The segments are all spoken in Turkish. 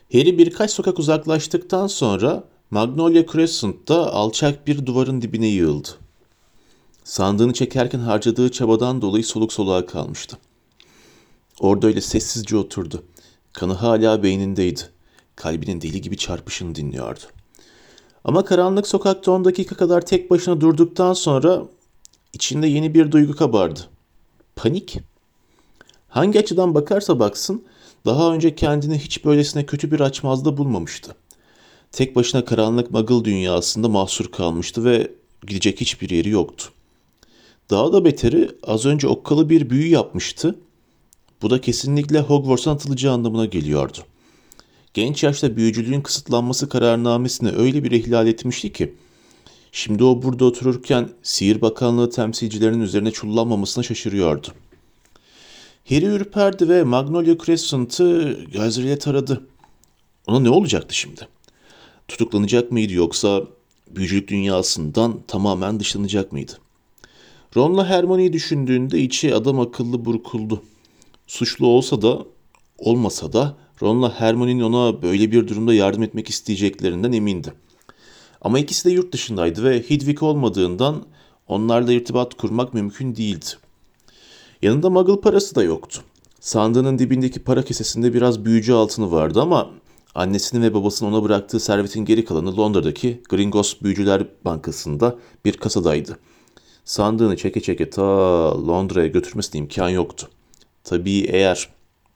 Harry birkaç sokak uzaklaştıktan sonra Magnolia Crescent'ta alçak bir duvarın dibine yığıldı. Sandığını çekerken harcadığı çabadan dolayı soluk soluğa kalmıştı. Orada öyle sessizce oturdu. Kanı hala beynindeydi. Kalbinin deli gibi çarpışını dinliyordu. Ama karanlık sokakta 10 dakika kadar tek başına durduktan sonra içinde yeni bir duygu kabardı. Panik. Hangi açıdan bakarsa baksın, daha önce kendini hiç böylesine kötü bir açmazda bulmamıştı. Tek başına karanlık Muggle dünyasında mahsur kalmıştı ve gidecek hiçbir yeri yoktu. Daha da beteri az önce okkalı bir büyü yapmıştı. Bu da kesinlikle Hogwarts'a atılacağı anlamına geliyordu. Genç yaşta büyücülüğün kısıtlanması kararnamesini öyle bir ihlal etmişti ki, şimdi o burada otururken Sihir Bakanlığı temsilcilerinin üzerine çullanmamasına şaşırıyordu. Harry ürperdi ve Magnolia Crescent'ı gözleriyle taradı. Ona ne olacaktı şimdi? Tutuklanacak mıydı yoksa büyücülük dünyasından tamamen dışlanacak mıydı? Ron'la Hermione'yi düşündüğünde içi adam akıllı burkuldu. Suçlu olsa da olmasa da Ron'la Hermione'nin ona böyle bir durumda yardım etmek isteyeceklerinden emindi. Ama ikisi de yurt dışındaydı ve Hedwig olmadığından onlarla irtibat kurmak mümkün değildi. Yanında Muggle parası da yoktu. Sandığının dibindeki para kesesinde biraz büyücü altını vardı ama annesinin ve babasının ona bıraktığı servetin geri kalanı Londra'daki Gringotts Büyücüler Bankası'nda bir kasadaydı. Sandığını çeke çeke ta Londra'ya götürmesine imkan yoktu. Tabii eğer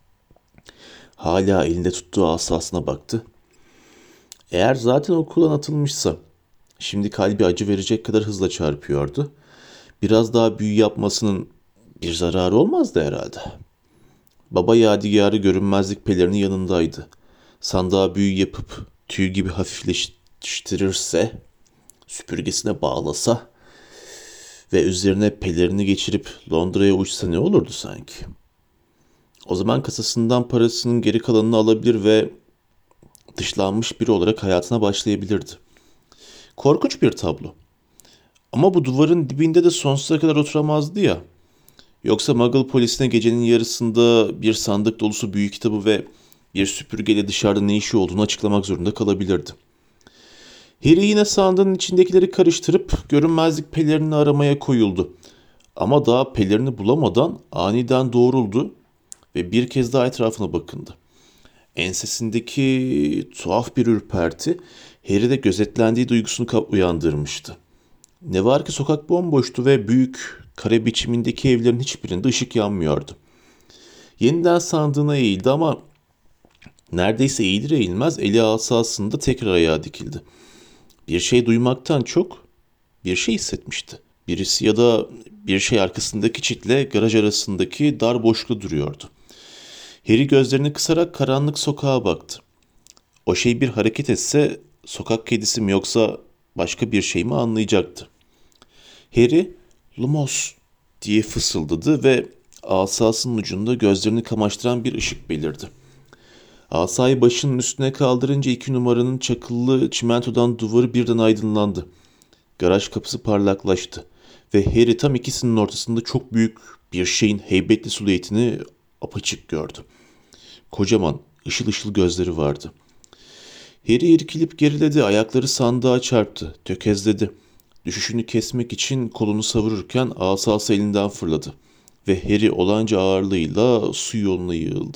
hala elinde tuttuğu asasına baktı. Eğer zaten okuldan atılmışsa, şimdi kalbi acı verecek kadar hızla çarpıyordu. Biraz daha büyü yapmasının bir zararı olmazdı herhalde. Baba yadigarı görünmezlik pelerini yanındaydı. Sandığa büyü yapıp tüy gibi hafifleştirirse, süpürgesine bağlasa ve üzerine pelerini geçirip Londra'ya uçsa ne olurdu sanki? O zaman kasasından parasının geri kalanını alabilir ve dışlanmış biri olarak hayatına başlayabilirdi. Korkunç bir tablo. Ama bu duvarın dibinde de sonsuza kadar oturamazdı ya. Yoksa Muggle polisine gecenin yarısında bir sandık dolusu büyük kitabı ve bir süpürgeyle dışarıda ne işi olduğunu açıklamak zorunda kalabilirdi. Harry yine sandığın içindekileri karıştırıp görünmezlik pelerini aramaya koyuldu. Ama daha pelerini bulamadan aniden doğruldu ve bir kez daha etrafına bakındı. Ensesindeki tuhaf bir ürperti Harry'de gözetlendiği duygusunu uyandırmıştı. Ne var ki sokak bomboştu ve büyük, kare biçimindeki evlerin hiçbirinde ışık yanmıyordu. Yeniden sandığına eğildi ama neredeyse eğilir eğilmez eli asasında tekrar ayağa dikildi. Bir şey duymaktan çok bir şey hissetmişti. Birisi ya da bir şey arkasındaki çitle garaj arasındaki dar boşluğu duruyordu. Harry gözlerini kısarak karanlık sokağa baktı. O şey bir hareket etse sokak kedisi mi yoksa başka bir şey mi anlayacaktı. Harry, "Lumos" diye fısıldadı ve asasının ucunda gözlerini kamaştıran bir ışık belirdi. Asayı başının üstüne kaldırınca 2 numaranın çakıllı çimentodan duvarı birden aydınlandı. Garaj kapısı parlaklaştı ve Harry tam ikisinin ortasında çok büyük bir şeyin heybetli silüetini apaçık gördü. Kocaman, ışıl ışıl gözleri vardı. Harry irkilip geriledi, ayakları sandığa çarptı, tökezledi. Düşüşünü kesmek için kolunu savururken asası elinden fırladı ve Harry olanca ağırlığıyla su yoluna yığıldı.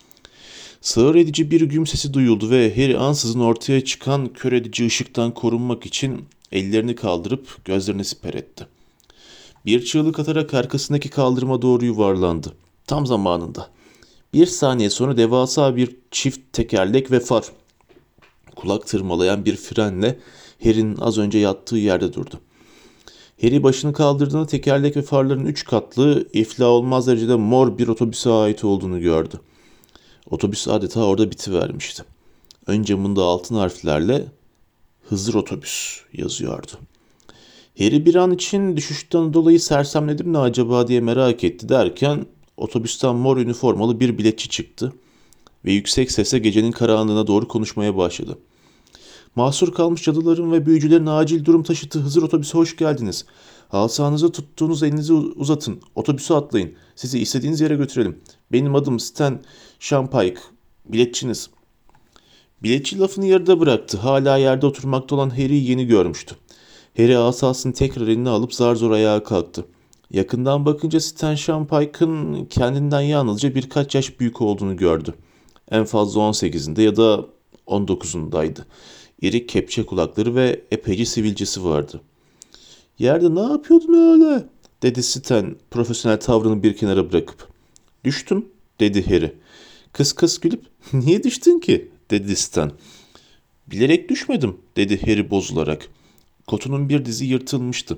Sağır edici bir güm sesi duyuldu ve Harry ansızın ortaya çıkan kör edici ışıktan korunmak için ellerini kaldırıp gözlerini siper etti. Bir çığlık atarak arkasındaki kaldırıma doğru yuvarlandı. Tam zamanında. Bir saniye sonra devasa bir çift tekerlek ve far, kulak tırmalayan bir frenle Harry'nin az önce yattığı yerde durdu. Harry başını kaldırdığında tekerlek ve farların 3 katlı, iflah olmaz derecede mor bir otobüse ait olduğunu gördü. Otobüs adeta orada bitivermişti. Ön camında altın harflerle "Hızır Otobüs" yazıyordu. Harry bir an için düşüşten dolayı sersemledim ne acaba diye merak etti derken otobüsten mor üniformalı bir biletçi çıktı ve yüksek sesle gecenin karanlığına doğru konuşmaya başladı. "Mahsur kalmış cadıların ve büyücülerin acil durum taşıtı Hızır Otobüs'e hoş geldiniz. Asanızı tuttuğunuz elinizi uzatın. Otobüse atlayın. Sizi istediğiniz yere götürelim. Benim adım Stan Shunpike. Biletçiniz." Biletçi lafını yarıda bıraktı. Hala yerde oturmakta olan Harry'i yeni görmüştü. Harry asasını tekrar eline alıp zar zor ayağa kalktı. Yakından bakınca Stan Shorpike'ın kendinden yalnızca birkaç yaş büyük olduğunu gördü. En fazla 18'inde ya da 19'undaydı. İri kepçe kulakları ve epeyce sivilcesi vardı. "Yerde ne yapıyordun öyle?" dedi Stan profesyonel tavrını bir kenara bırakıp. "Düştüm," dedi Harry. Kıs kıs gülüp "Niye düştün ki?" dedi Stan. "Bilerek düşmedim," dedi Harry bozularak. Kotunun bir dizi yırtılmıştı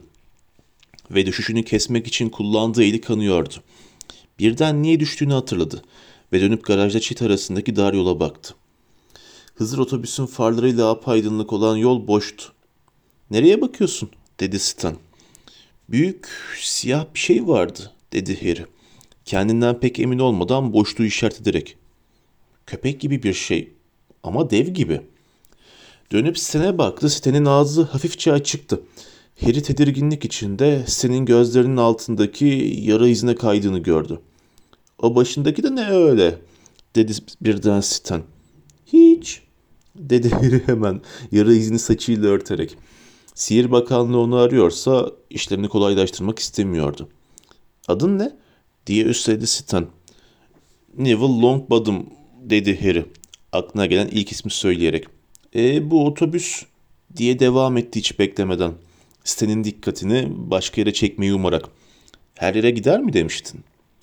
ve düşüşünü kesmek için kullandığı eli kanıyordu. Birden niye düştüğünü hatırladı ve dönüp garajda çit arasındaki dar yola baktı. Hızır otobüsün farlarıyla apaydınlık olan yol boştu. "Nereye bakıyorsun?" dedi Stan. "Büyük, siyah bir şey vardı," dedi Harry. Kendinden pek emin olmadan boşluğu işaret ederek. "Köpek gibi bir şey ama dev gibi." Dönüp Stan'e baktı. Stan'in ağzı hafifçe açıktı. Harry tedirginlik içinde Stan'in gözlerinin altındaki yara izine kaydığını gördü. "O başındaki de ne öyle?" dedi birden Stan. "Hiç," dedi Harry hemen yara izini saçıyla örterek. Sihir Bakanlığı onu arıyorsa işlerini kolaylaştırmak istemiyordu. "Adın ne?" diye üstledi Stan. "Neville Longbottom," dedi Harry, aklına gelen ilk ismi söyleyerek. Bu otobüs," diye devam etti hiç beklemeden. Stan'in dikkatini başka yere çekmeyi umarak. "Her yere gider mi demiştin?"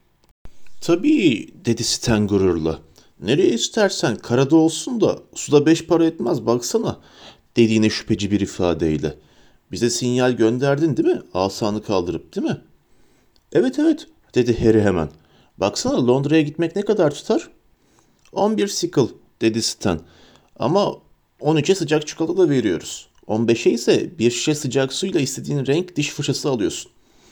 "Tabii," dedi Stan gururla. "Nereye istersen, karada olsun da suda 5 para etmez baksana," dediğine şüpheci bir ifadeyle. "Bize sinyal gönderdin değil mi? Asanı kaldırıp değil mi?" "Evet evet," dedi Harry hemen. "Baksana, Londra'ya gitmek ne kadar tutar?" 11 sickle," dedi Stan. "Ama 13'e sıcak çikolata da veriyoruz. 15'e ise bir şişe sıcak suyla istediğin renk diş fırçası alıyorsun."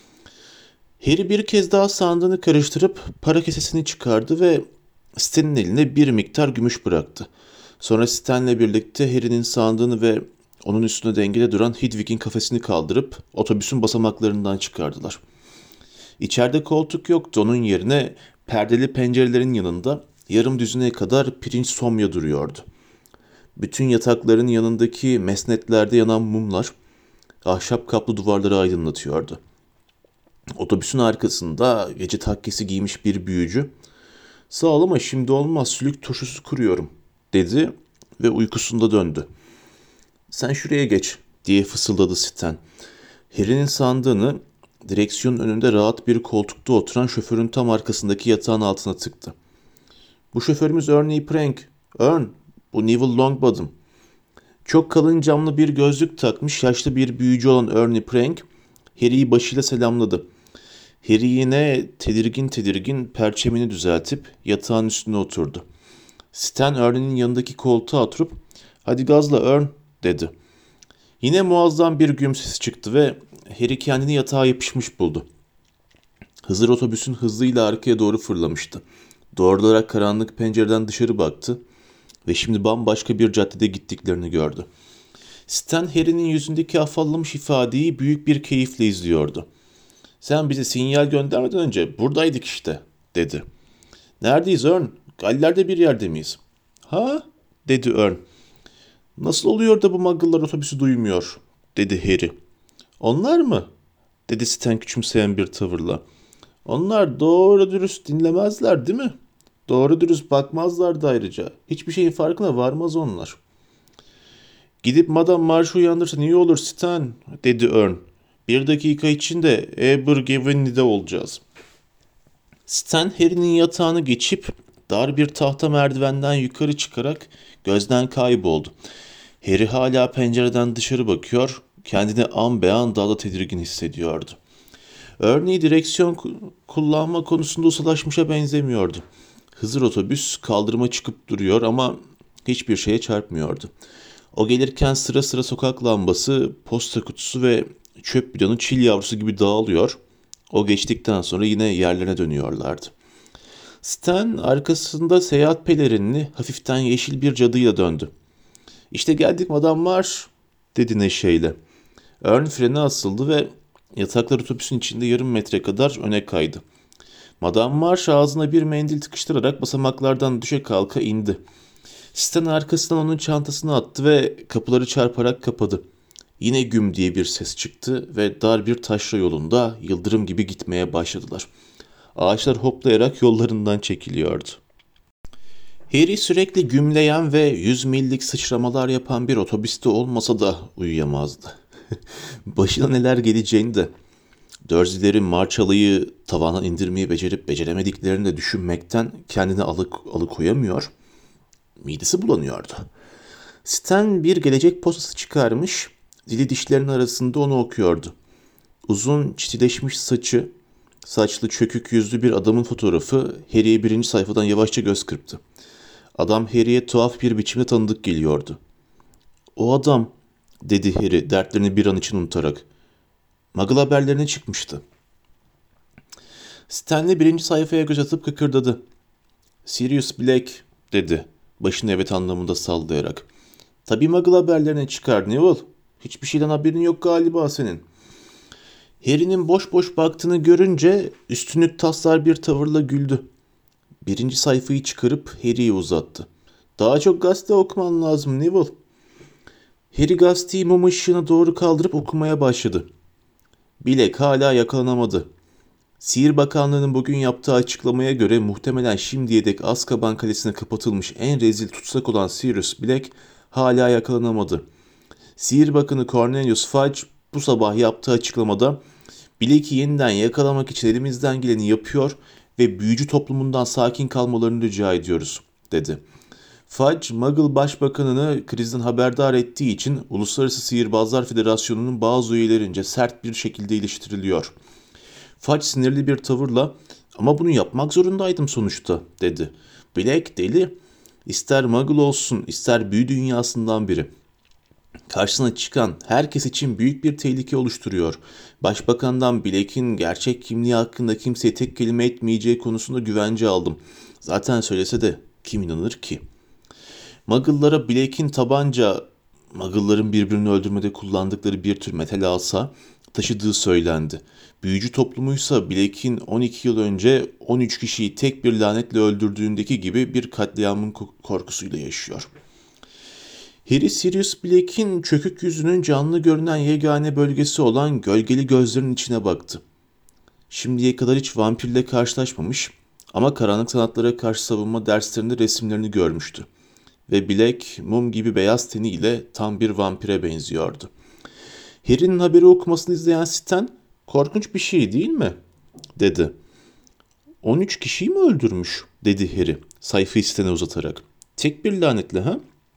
Harry bir kez daha sandığını karıştırıp para kesesini çıkardı ve Stan'in eline bir miktar gümüş bıraktı. Sonra Stan'le birlikte Harry'nin sandığını ve onun üstüne dengede duran Hedwig'in kafesini kaldırıp otobüsün basamaklarından çıkardılar. İçeride koltuk yoktu. Onun yerine perdeli pencerelerin yanında yarım düzineye kadar pirinç somya duruyordu. Bütün yatakların yanındaki mesnetlerde yanan mumlar ahşap kaplı duvarları aydınlatıyordu. Otobüsün arkasında gece takkesi giymiş bir büyücü, "Sağ ol ama şimdi olmaz, sülük turşusu kuruyorum," dedi ve uykusunda döndü. "Sen şuraya geç," diye fısıldadı Stan. Harry'nin sandığını direksiyonun önünde rahat bir koltukta oturan şoförün tam arkasındaki yatağın altına tıktı. "Bu şoförümüz Ernie Prank. Ern, bu Neville Longbottom." Çok kalın camlı bir gözlük takmış yaşlı bir büyücü olan Ernie Prank, Harry'i başıyla selamladı. Harry yine tedirgin tedirgin perçemini düzeltip yatağın üstüne oturdu. Stan Ernie'nin yanındaki koltuğa oturup "Hadi gazla Ern," dedi. Yine muazzam bir güm sesi çıktı ve Harry kendini yatağa yapışmış buldu. Hızır otobüsün hızıyla arkaya doğru fırlamıştı. Doğrularak karanlık pencereden dışarı baktı ve şimdi bambaşka bir caddede gittiklerini gördü. Stan Harry'nin yüzündeki afallamış ifadeyi büyük bir keyifle izliyordu. "Sen bize sinyal göndermeden önce buradaydık işte," dedi. "Neredeyiz Ern? Galler'de bir yerde miyiz?" "Ha?" dedi Ern. "Nasıl oluyor da bu muggle'lar otobüsü duymuyor?" dedi Harry. "Onlar mı?" dedi Stan küçümseyen bir tavırla. "Onlar doğru dürüst dinlemezler değil mi? Doğru dürüst bakmazlar da ayrıca. Hiçbir şeyin farkına varmaz onlar." "Gidip Madame Marsh'ı uyandırsan iyi olur Stan," dedi Ern. "Bir dakika içinde Abergavenny'de olacağız." Stan Harry'nin yatağını geçip dar bir tahta merdivenden yukarı çıkarak gözden kayboldu. Harry hala pencereden dışarı bakıyor, kendini an be an daha da tedirgin hissediyordu. Örneğin direksiyon kullanma konusunda ustalaşmışa benzemiyordu. Hızır otobüs kaldırıma çıkıp duruyor ama hiçbir şeye çarpmıyordu. O gelirken sıra sıra sokak lambası, posta kutusu ve çöp bidonu çil yavrusu gibi dağılıyor. O geçtikten sonra yine yerlerine dönüyorlardı. Stan arkasında seyahat pelerinli, hafiften yeşil bir cadıyla döndü. "İşte geldik Madame Marsh," dedi neşeyle. Ern frene asıldı ve yataklar otobüsün içinde yarım metre kadar öne kaydı. Madame Marsh ağzına bir mendil tıkıştırarak basamaklardan düşe kalka indi. Stan arkasından onun çantasını attı ve kapıları çarparak kapadı. Yine güm diye bir ses çıktı ve dar bir taşra yolunda yıldırım gibi gitmeye başladılar. Ağaçlar hoplayarak yollarından çekiliyordu. Harry sürekli gümleyen ve 100 millik sıçramalar yapan bir otobüste olmasa da uyuyamazdı. Başına neler geleceğini de, Dursley'lerin Marshall'ı tavandan indirmeyi becerip beceremediklerini de düşünmekten kendini alıkoyamıyor, midesi bulanıyordu. Stan bir gelecek postası çıkarmış, dili dişlerinin arasında onu okuyordu. Uzun, çitileşmiş saçlı çökük yüzlü bir adamın fotoğrafı Harry'e birinci sayfadan yavaşça göz kırptı. Adam Harry'e tuhaf bir biçimde tanıdık geliyordu. "O adam," dedi Harry dertlerini bir an için unutarak. Muggle haberlerine çıkmıştı. Stanley birinci sayfaya göz atıp kıkırdadı. "Sirius Black," dedi, başını evet anlamında sallayarak. "Tabii Muggle haberlerine çıkar Neville. Hiçbir şeyden haberin yok galiba senin." Harry'nin boş boş baktığını görünce üstünlük taslar bir tavırla güldü. Birinci sayfayı çıkarıp Harry'ye uzattı. "Daha çok gazete okuman lazım Neville." Harry gazeteyi mum ışığına doğru kaldırıp okumaya başladı. Bilek hala yakalanamadı. Sihir Bakanlığı'nın bugün yaptığı açıklamaya göre muhtemelen şimdiye dek Azkaban Kalesi'ne kapatılmış en rezil tutsak olan Sirius Black hala yakalanamadı. Sihir Bakanı Cornelius Fudge bu sabah yaptığı açıklamada Blake'i yeniden yakalamak için elimizden geleni yapıyor ve büyücü toplumundan sakin kalmalarını rica ediyoruz, dedi. Fudge, Muggle Başbakanını krizden haberdar ettiği için Uluslararası Sihirbazlar Federasyonu'nun bazı üyelerince sert bir şekilde eleştiriliyor. Fudge sinirli bir tavırla "Ama bunu yapmak zorundaydım sonuçta," dedi. "Black deli. İster Muggle olsun, ister büyü dünyasından biri. Karşısına çıkan herkes için büyük bir tehlike oluşturuyor. Başbakandan Blake'in gerçek kimliği hakkında kimseye tek kelime etmeyeceği konusunda güvence aldım. Zaten söylese de kim inanır ki? Muggle'lara Blake'in Muggle'ların birbirini öldürmede kullandıkları bir tür metal asa taşıdığı söylendi. Büyücü toplumuysa Blake'in 12 yıl önce 13 kişiyi tek bir lanetle öldürdüğündeki gibi bir katliamın korkusuyla yaşıyor." Harry, Sirius Blake'in çökük yüzünün canlı görünen yegane bölgesi olan gölgeli gözlerinin içine baktı. Şimdiye kadar hiç vampirle karşılaşmamış ama karanlık sanatlara karşı savunma derslerinde resimlerini görmüştü. Ve Black, mum gibi beyaz teniyle tam bir vampire benziyordu. Harry'nin haberi okumasını izleyen Stan, "Korkunç bir şey değil mi?" dedi. "13 kişiyi mi öldürmüş?" dedi Harry, sayfayı Stan'e uzatarak. "Tek bir lanetle ha?"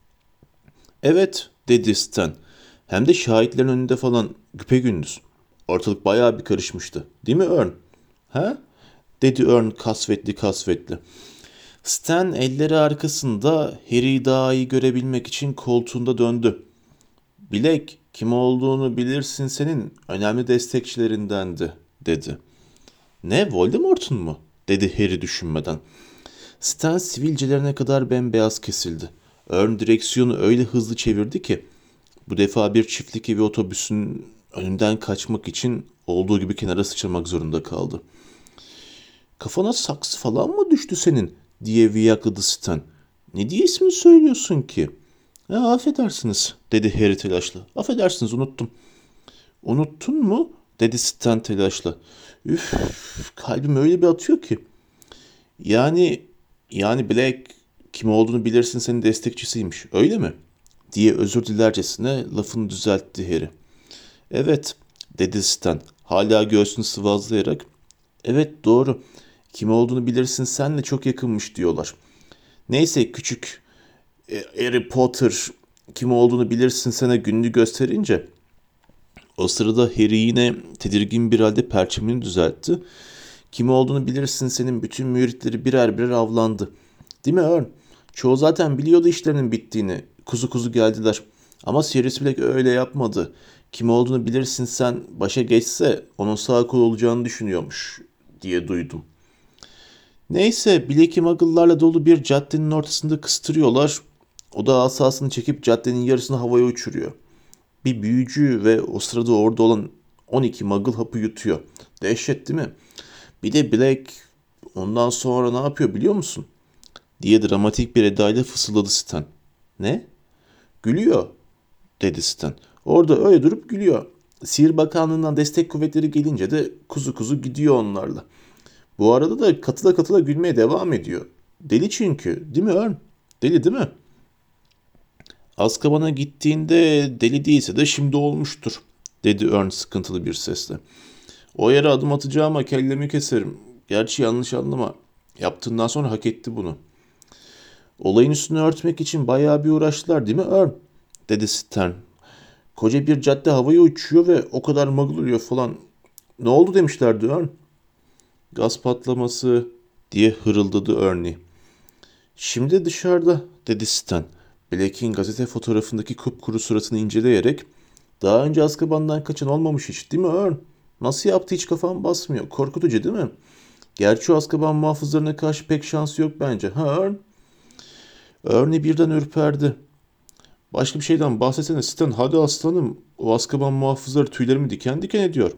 "Evet," dedi Stan. "Hem de şahitlerin önünde falan, güpegündüz. Ortalık bayağı bir karışmıştı. Değil mi Ern?" "Ha?" dedi Ern kasvetli. Stan elleri arkasında Harry'i daha iyi görebilmek için koltuğunda döndü. "Black, kim olduğunu bilirsin senin önemli destekçilerindendi," dedi. "Ne, Voldemort'un mu?" dedi Harry düşünmeden. Stan sivilcelerine kadar bembeyaz kesildi. Ern direksiyonu öyle hızlı çevirdi ki bu defa bir çiftlik evi otobüsünün önünden kaçmak için olduğu gibi kenara sıçramak zorunda kaldı. "Kafana saksı falan mı düştü senin?" diye viyakladı Stan. "Ne diye ismini söylüyorsun ki?" "Affedersiniz," dedi Harry telaşla. "Affedersiniz, unuttum." "Unuttun mu?" dedi Stan telaşla. "Üf, kalbim öyle bir atıyor ki." Yani Black, kim olduğunu bilirsin senin destekçisiymiş, öyle mi?" diye özür dilercesine lafını düzeltti Harry. "Evet," dedi Stan, hala göğsünü sıvazlayarak. "Evet, doğru. Kim olduğunu bilirsin senle çok yakınmış diyorlar. Neyse küçük Harry Potter, kim olduğunu bilirsin sana gününü gösterince." O sırada Harry yine tedirgin bir halde perçemini düzeltti. "Kim olduğunu bilirsin senin bütün müritleri birer birer avlandı. Değil mi Ern? Çoğu zaten biliyordu işlerinin bittiğini. Kuzu kuzu geldiler. Ama Sirius Black öyle yapmadı. Kim olduğunu bilirsin sen başa geçse onun sağ kolu olacağını düşünüyormuş diye duydum." Neyse, Black'i Muggle'larla dolu bir caddenin ortasında kıstırıyorlar. O da asasını çekip caddenin yarısını havaya uçuruyor. Bir büyücü ve o sırada orada olan 12 Muggle hapı yutuyor. Dehşet değil mi? Bir de Black ondan sonra ne yapıyor biliyor musun? diye dramatik bir edayla fısıldadı Stan. Ne? Gülüyor, dedi Stan. Orada öyle durup gülüyor. Sihir Bakanlığı'ndan destek kuvvetleri gelince de kuzu kuzu gidiyor onlarla. Bu arada da katıla katıla gülmeye devam ediyor. Deli çünkü, değil mi Ern? Deli değil mi? Azkaban'a gittiğinde deli değilse de şimdi olmuştur, dedi Ern sıkıntılı bir sesle. O yere adım atacağıma kellemi keserim. Gerçi yanlış anlama. Yaptığından sonra hak etti bunu. Olayın üstünü örtmek için bayağı bir uğraştılar değil mi Ern? Dedi Stern. Koca bir cadde havaya uçuyor ve o kadar maguluyor falan. Ne oldu demişlerdi Ern? Gaz patlaması diye hırıldadı Ernie. Şimdi dışarıda, dedi Stan. Blake'in gazete fotoğrafındaki kupkuru suratını inceleyerek, daha önce Azkaban'dan kaçan olmamış hiç değil mi Ern? Nasıl yaptı hiç kafam basmıyor. Korkutucu değil mi? Gerçi o Azkaban muhafızlarına karşı pek şansı yok bence. Ha Ern? Ernie birden ürperdi. Başka bir şeyden bahsetsene Stan. Hadi aslanım. O Azkaban muhafızları tüylerimi diken diken ediyor.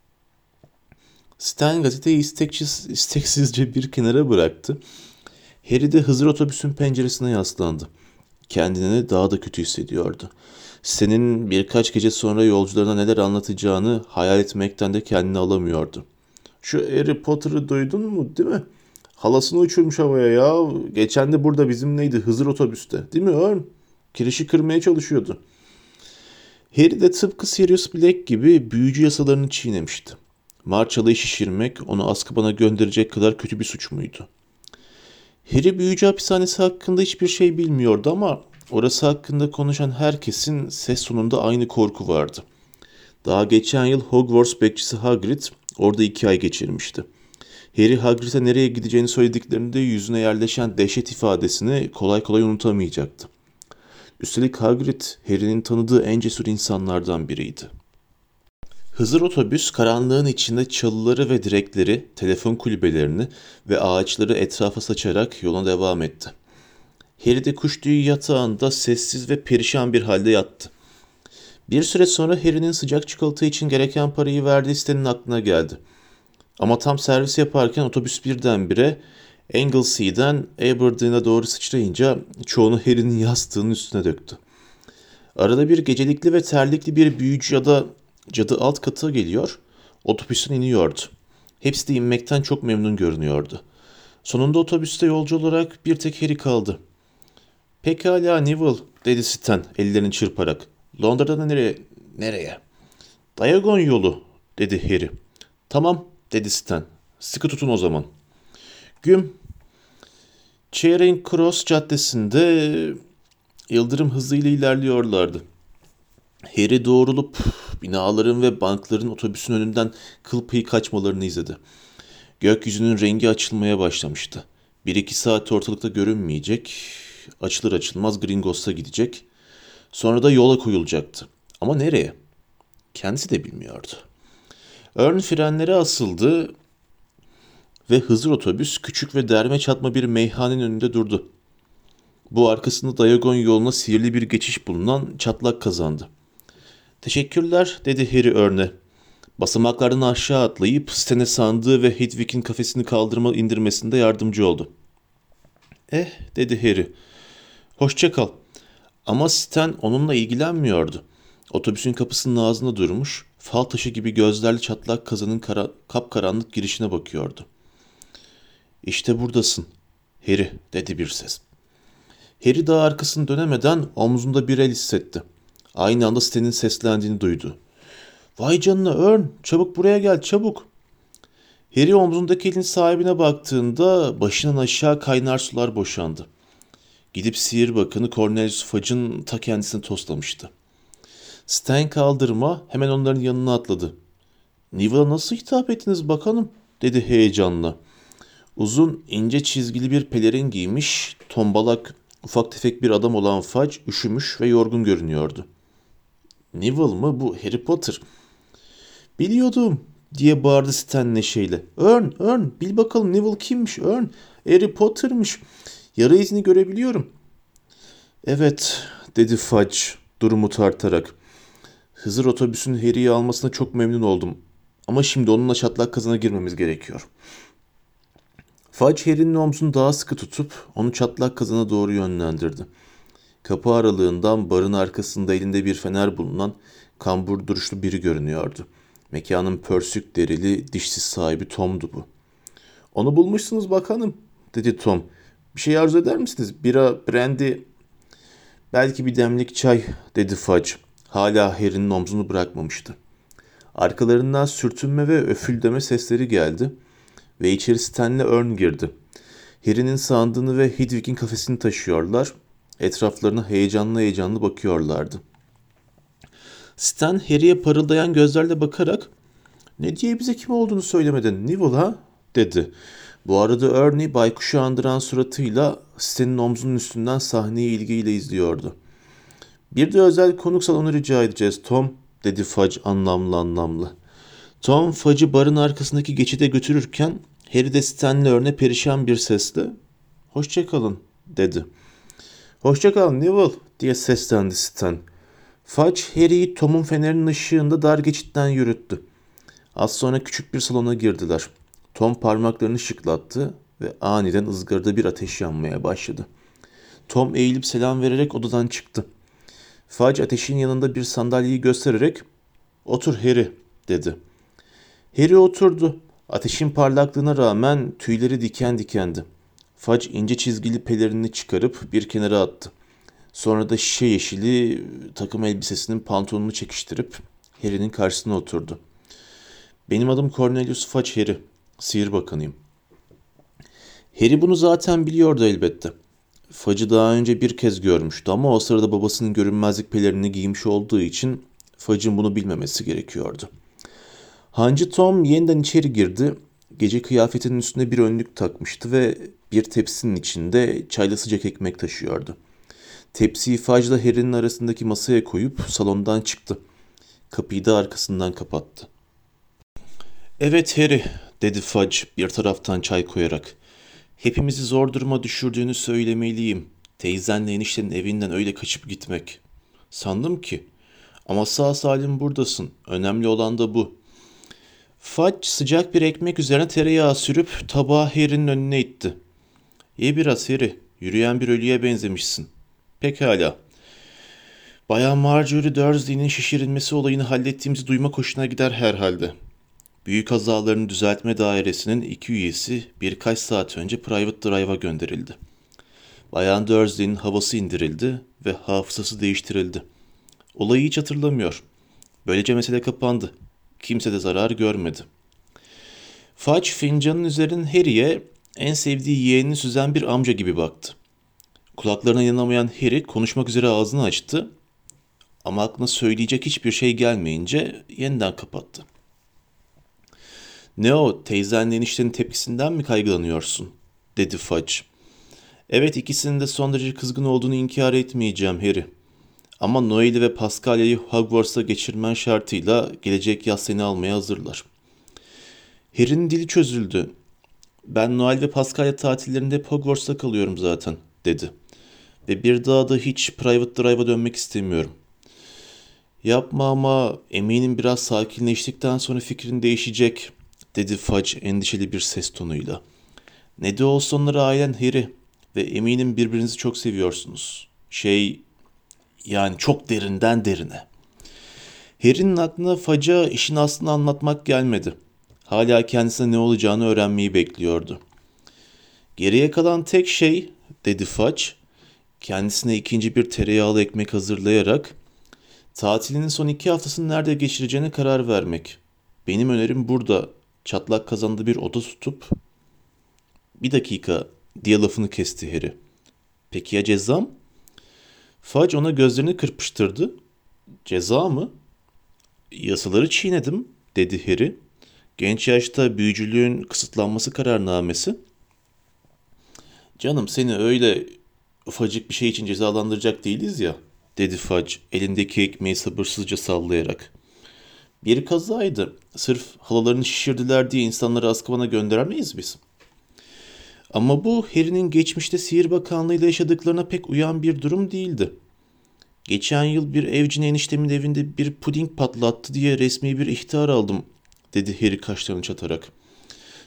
Stan gazeteyi isteksizce bir kenara bıraktı. Harry de Hızır otobüsün penceresine yaslandı. Kendini daha da kötü hissediyordu. Stan'in birkaç gece sonra yolcularına neler anlatacağını hayal etmekten de kendini alamıyordu. Şu Harry Potter'ı duydun mu değil mi? Halasını uçurmuş havaya ya. Geçen de burada bizimleydi Hızır otobüste. Değil mi Ern? Kirişi kırmaya çalışıyordu. Harry de tıpkı Sirius Black gibi büyücü yasalarını çiğnemişti. Marçalayı şişirmek onu Azkaban'a gönderecek kadar kötü bir suç muydu? Harry büyücü hapishanesi hakkında hiçbir şey bilmiyordu ama orası hakkında konuşan herkesin ses tonunda aynı korku vardı. Daha geçen yıl Hogwarts bekçisi Hagrid orada 2 ay geçirmişti. Harry Hagrid'e nereye gideceğini söylediklerinde yüzüne yerleşen dehşet ifadesini kolay kolay unutamayacaktı. Üstelik Hagrid, Harry'nin tanıdığı en cesur insanlardan biriydi. Hızır otobüs karanlığın içinde çalıları ve direkleri, telefon kulübelerini ve ağaçları etrafa saçarak yola devam etti. Harry de kuş tüyü yatağında sessiz ve perişan bir halde yattı. Bir süre sonra Harry'nin sıcak çikolata için gereken parayı verdiği Stan'in aklına geldi. Ama tam servis yaparken otobüs birdenbire Anglesea'den Aberdeen'e doğru sıçrayınca çoğunu Harry'nin yastığının üstüne döktü. Arada bir gecelikli ve terlikli bir büyücü ya da cadı alt kata geliyor, otobüsten iniyordu. Hepsi de inmekten çok memnun görünüyordu. Sonunda otobüste yolcu olarak bir tek Harry kaldı. Pekala Neville, dedi Stan ellerini çırparak. Londra'da nereye? Diagon yolu, dedi Harry. Tamam, dedi Stan. Sıkı tutun o zaman. Güm, Charing Cross caddesinde yıldırım hızıyla ilerliyorlardı. Harry doğrulup binaların ve bankların otobüsün önünden kıl payı kaçmalarını izledi. Gökyüzünün rengi açılmaya başlamıştı. 1-2 saat ortalıkta görünmeyecek, açılır açılmaz Gringotts'a gidecek. Sonra da yola koyulacaktı. Ama nereye? Kendisi de bilmiyordu. Ern frenlere asıldı ve Hızır otobüs küçük ve derme çatma bir meyhanenin önünde durdu. Bu arkasında Diagon yoluna sihirli bir geçiş bulunan çatlak kazandı. Teşekkürler, dedi Harry Ern'e. Basamaklardan aşağı atlayıp Stan'e sandığı ve Hedwig'in kafesini indirmesinde yardımcı oldu. Dedi Harry. Hoşça kal. Ama Stan onunla ilgilenmiyordu. Otobüsün kapısının ağzında durmuş, fal taşı gibi gözlerle çatlak kazanın kapkaranlık girişine bakıyordu. İşte buradasın, Harry, dedi bir ses. Harry daha arkasını dönemeden omzunda bir el hissetti. Aynı anda Stan'in seslendiğini duydu. Vay canına Ern, çabuk buraya gel, çabuk. Harry omzundaki elin sahibine baktığında başından aşağı kaynar sular boşandı. Gidip sihir bakanı Cornelius Fudge'ın ta kendisini toslamıştı. Stan kaldırma hemen onların yanına atladı. Neville'a nasıl hitap ettiniz bakanım, dedi heyecanla. Uzun, ince çizgili bir pelerin giymiş, tombalak, ufak tefek bir adam olan Fudge üşümüş ve yorgun görünüyordu. Neville mı? Bu Harry Potter. Biliyordum, diye bağırdı Stan neşeyle. Ern, bil bakalım Neville kimmiş Ern? Harry Potter'mış. Yara izini görebiliyorum. Evet, dedi Fudge durumu tartarak. Hızır otobüsün Harry'i almasına çok memnun oldum. Ama şimdi onunla çatlak kazana girmemiz gerekiyor. Fudge Harry'nin omzunu daha sıkı tutup onu çatlak kazana doğru yönlendirdi. Kapı aralığından barın arkasında elinde bir fener bulunan kambur duruşlu biri görünüyordu. Mekanın pörsük derili dişsiz sahibi Tom'du bu. "Onu bulmuşsunuz bakanım," dedi Tom. "Bir şey arzu eder misiniz? Bira, brandy, belki bir demlik çay," dedi Fudge. Hala Harry'nin omzunu bırakmamıştı. Arkalarından sürtünme ve öfüldeme sesleri geldi ve içeri Stan'le Ern girdi. Harry'nin sandığını ve Hedwig'in kafesini taşıyorlar. Etraflarına heyecanlı heyecanlı bakıyorlardı. Stan Harry'e parıldayan gözlerle bakarak "Ne diye bize kim olduğunu söylemedin, Neville ha?" dedi. Bu arada Ernie baykuşu andıran suratıyla Stan'in omzunun üstünden sahneyi ilgiyle izliyordu. "Bir de özel konuk salonu rica edeceğiz Tom," dedi Fudge anlamlı anlamlı. Tom Fudge'ı barın arkasındaki geçide götürürken Harry de Stan'le Ern'e perişan bir sesle "Hoşça kalın," dedi. "Hoşça kal Neville," diye seslendi Stan. Fudge Harry'i Tom'un fenerinin ışığında dar geçitten yürüttü. Az sonra küçük bir salona girdiler. Tom parmaklarını şıklattı ve aniden ızgarada bir ateş yanmaya başladı. Tom eğilip selam vererek odadan çıktı. Fudge ateşin yanında bir sandalyeyi göstererek "Otur Harry," dedi. Harry oturdu. Ateşin parlaklığına rağmen tüyleri diken dikendi. Fudge ince çizgili pelerinini çıkarıp bir kenara attı. Sonra da şişe yeşili takım elbisesinin pantolonunu çekiştirip Harry'nin karşısına oturdu. "Benim adım Cornelius Fudge Harry. Sihir bakanıyım." Harry bunu zaten biliyordu elbette. Fudge'ı daha önce bir kez görmüştü ama o sırada babasının görünmezlik pelerini giymiş olduğu için Fudge'ın bunu bilmemesi gerekiyordu. Hancı Tom yeniden içeri girdi. Gece kıyafetinin üstüne bir önlük takmıştı ve bir tepsinin içinde çayla sıcak ekmek taşıyordu. Tepsiyi Fudge'la Harry'nin arasındaki masaya koyup salondan çıktı. Kapıyı da arkasından kapattı. "Evet Harry," dedi Fudge bir taraftan çay koyarak. "Hepimizi zor duruma düşürdüğünü söylemeliyim. Teyzenle eniştenin evinden öyle kaçıp gitmek. Sandım ki. Ama sağ salim buradasın. Önemli olan da bu." Fudge sıcak bir ekmek üzerine tereyağı sürüp tabağı Harry'nin önüne itti. "Ye biraz Harry. Yürüyen bir ölüye benzemişsin." "Pekala. Bayan Marjorie Dursley'nin şişirilmesi olayını hallettiğimizi duymak hoşuna gider herhalde. Büyük kazalarını düzeltme dairesinin 2 üyesi birkaç saat önce Private Drive'a gönderildi. Bayan Dursley'nin havası indirildi ve hafızası değiştirildi. Olayı hiç hatırlamıyor. Böylece mesele kapandı. Kimse de zarar görmedi." Fudge fincanın üzerine Harry'e en sevdiği yeğenini süzen bir amca gibi baktı. Kulaklarına inanamayan Harry konuşmak üzere ağzını açtı ama aklına söyleyecek hiçbir şey gelmeyince yeniden kapattı. "Ne o, teyzenle eniştenin tepkisinden mi kaygılanıyorsun?" dedi Fudge. "Evet, ikisinin de son derece kızgın olduğunu inkar etmeyeceğim Harry. Ama Noel'i ve Paskalya'yı Hogwarts'a geçirmen şartıyla gelecek yaz seni almaya hazırlar." Harry'nin dili çözüldü. "Ben Noel ve Paskalya tatillerinde hep Hogwarts'ta kalıyorum zaten," dedi. "Ve bir daha da hiç Private Drive'a dönmek istemiyorum." "Yapma ama eminim biraz sakinleştikten sonra fikrin değişecek," dedi Fudge endişeli bir ses tonuyla. "Ne de olsa onları ailen Harry ve eminim birbirinizi çok seviyorsunuz. Yani çok derinden derine." Harry'nin aklına Fudge'a işin aslını anlatmak gelmedi. Hala kendisine ne olacağını öğrenmeyi bekliyordu. "Geriye kalan tek şey," dedi Fudge, kendisine ikinci bir tereyağlı ekmek hazırlayarak, "tatilinin son 2 haftasını nerede geçireceğine karar vermek. Benim önerim burada, çatlak kazanda bir oda tutup..." "Bir dakika," diye lafını kesti Harry. "Peki ya cezam?" Fudge ona gözlerini kırpıştırdı. "Ceza mı?" "Yasaları çiğnedim," dedi Harry. "Genç yaşta büyücülüğün kısıtlanması kararnamesi." "Canım, seni öyle ufacık bir şey için cezalandıracak değiliz ya," dedi Fudge elindeki ekmeği sabırsızca sallayarak. "Bir kazaydı. Sırf halalarını şişirdiler diye insanları Azkaban'a gönderer miyiz biz?" Ama bu Harry'nin geçmişte Sihir Bakanlığı'yla yaşadıklarına pek uyan bir durum değildi. "Geçen yıl bir evcin eniştemin evinde bir puding patlattı diye resmi bir ihtar aldım," dedi Harry kaşlarını çatarak.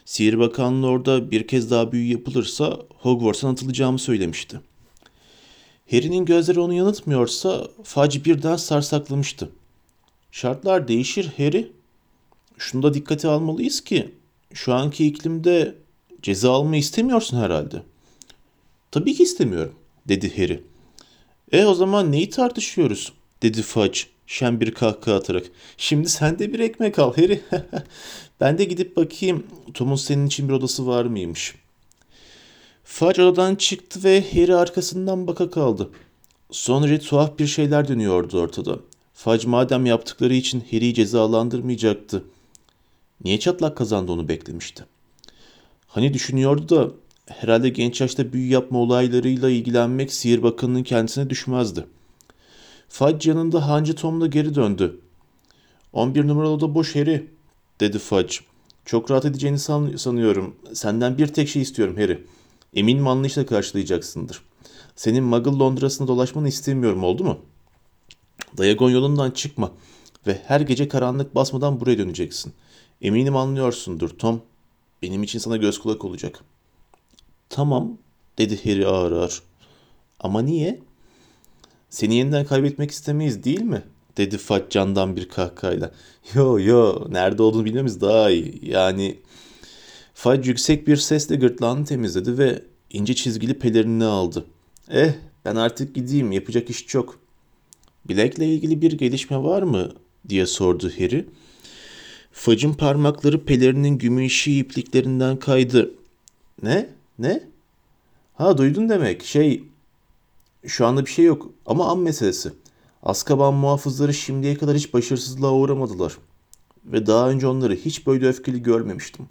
Sihir Bakanlığı orada bir kez daha büyü yapılırsa Hogwarts'a atılacağımı söylemişti. Harry'nin gözleri onu yanıltmıyorsa Fudge birden sarsaklamıştı. Şartlar değişir Harry. Şunu da dikkate almalıyız ki şu anki iklimde ceza almayı istemiyorsun herhalde. Tabii ki istemiyorum, dedi Harry. O zaman neyi tartışıyoruz? Dedi Fudge şen bir kahkaha atarak. Şimdi sen de bir ekmek al Harry. Ben de gidip bakayım Tom'un senin için bir odası var mıymış. Fudge odadan çıktı ve Harry arkasından baka kaldı. Sonra tuhaf bir şeyler dönüyordu ortada. Fudge madem yaptıkları için Harry'i cezalandırmayacaktı, niye çatlak kazandı onu beklemişti. Hani düşünüyordu da herhalde genç yaşta büyü yapma olaylarıyla ilgilenmek Sihir Bakanı'nın kendisine düşmezdi. Fudge yanında Hancı Tom'la geri döndü. 11 numaralı oda boş Harry, dedi Fudge. Çok rahat edeceğini sanıyorum. Senden bir tek şey istiyorum Harry. Eminim anlayışla karşılayacaksındır. Senin Muggle Londra'sında dolaşmanı istemiyorum, oldu mu? Diagon yolundan çıkma ve her gece karanlık basmadan buraya döneceksin. Eminim anlıyorsundur Tom. Benim için sana göz kulak olacak. Tamam, dedi Harry ağır ağır. Ama niye? Seni yeniden kaybetmek istemeyiz değil mi? Dedi Fudge candan bir kahkahayla. Yo, nerede olduğunu bilmemiz daha iyi. Yani Fudge yüksek bir sesle gırtlağını temizledi ve ince çizgili pelerinini aldı. Ben artık gideyim, yapacak iş çok. Blake'le ilgili bir gelişme var mı? Diye sordu Harry. Fudge'ın parmakları pelerinin gümüşü ipliklerinden kaydı. Ne? Ha, duydun demek. Şu anda bir şey yok ama an meselesi. Azkaban muhafızları şimdiye kadar hiç başarısızlığa uğramadılar. Ve daha önce onları hiç böyle öfkeli görmemiştim.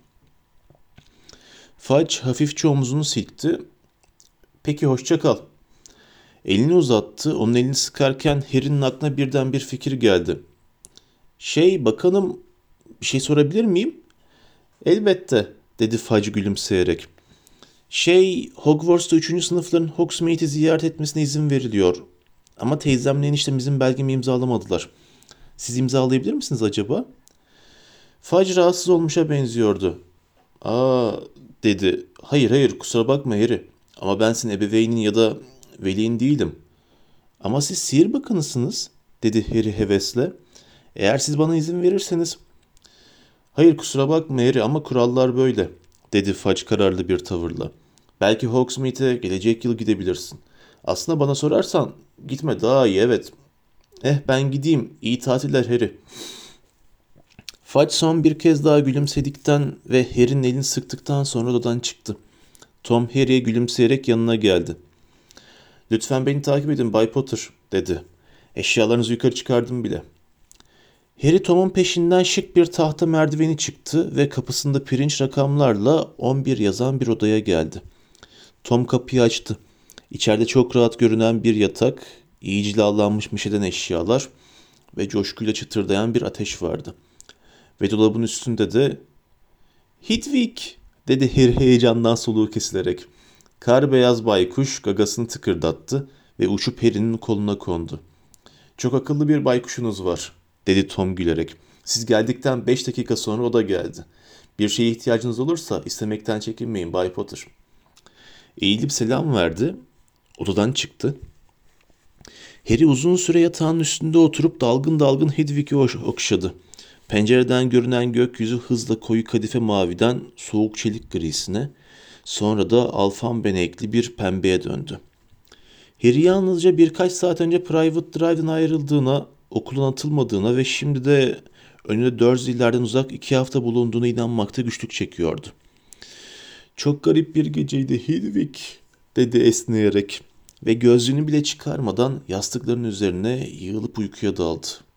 Fudge hafifçe omzunu silkti. Peki, hoşça kal. Elini uzattı. Onun elini sıkarken Harry'nin aklına birden bir fikir geldi. Bakanım, bir şey sorabilir miyim? Elbette, dedi Fudge gülümseyerek. Hogwarts'ta 3. sınıfların Hogsmeade'i ziyaret etmesine izin veriliyor. Ama teyzemle eniştem bizim belgemi imzalamadılar. Siz imzalayabilir misiniz acaba? Fudge rahatsız olmuşa benziyordu. Aa, dedi. Hayır, kusura bakma Harry. Ama ben senin ebeveynin ya da velin değilim. Ama siz sihir bakanısınız, dedi Harry hevesle. Eğer siz bana izin verirseniz. Hayır, kusura bakma Harry ama kurallar böyle, dedi Fudge kararlı bir tavırla. Belki Hogsmeade'e gelecek yıl gidebilirsin. Aslında bana sorarsan gitme, daha iyi, evet. Ben gideyim. İyi tatiller Harry. Fudge son bir kez daha gülümsedikten ve Harry'nin elini sıktıktan sonra odadan çıktı. Tom Harry'e gülümseyerek yanına geldi. Lütfen beni takip edin Bay Potter, dedi. Eşyalarınızı yukarı çıkardım bile. Harry Tom'un peşinden şık bir tahta merdiveni çıktı ve kapısında pirinç rakamlarla 11 yazan bir odaya geldi. Tom kapıyı açtı. İçeride çok rahat görünen bir yatak, iyi cilalanmış mişeden eşyalar ve coşkuyla çıtırdayan bir ateş vardı. Ve dolabın üstünde de "Hedwig!" dedi Harry heyecandan soluğu kesilerek. Kar beyaz baykuş gagasını tıkırdattı ve uçup Harry'nin koluna kondu. "Çok akıllı bir baykuşunuz var," dedi Tom gülerek. "Siz geldikten 5 dakika sonra o da geldi. Bir şeye ihtiyacınız olursa istemekten çekinmeyin Bay Potter." Eğilip selam verdi. Odadan çıktı. Harry uzun süre yatağın üstünde oturup dalgın dalgın Hedwig'i okşadı. Pencereden görünen gökyüzü hızla koyu kadife maviden soğuk çelik grisine, sonra da alfan benekli bir pembeye döndü. Harry yalnızca birkaç saat önce Private Drive'den ayrıldığına, okulun atılmadığına ve şimdi de önünde Dursley'lerden uzak 2 hafta bulunduğuna inanmakta güçlük çekiyordu. "Çok garip bir geceydi Hedwig," dedi esneyerek ve gözlüğünü bile çıkarmadan yastıkların üzerine yığılıp uykuya daldı.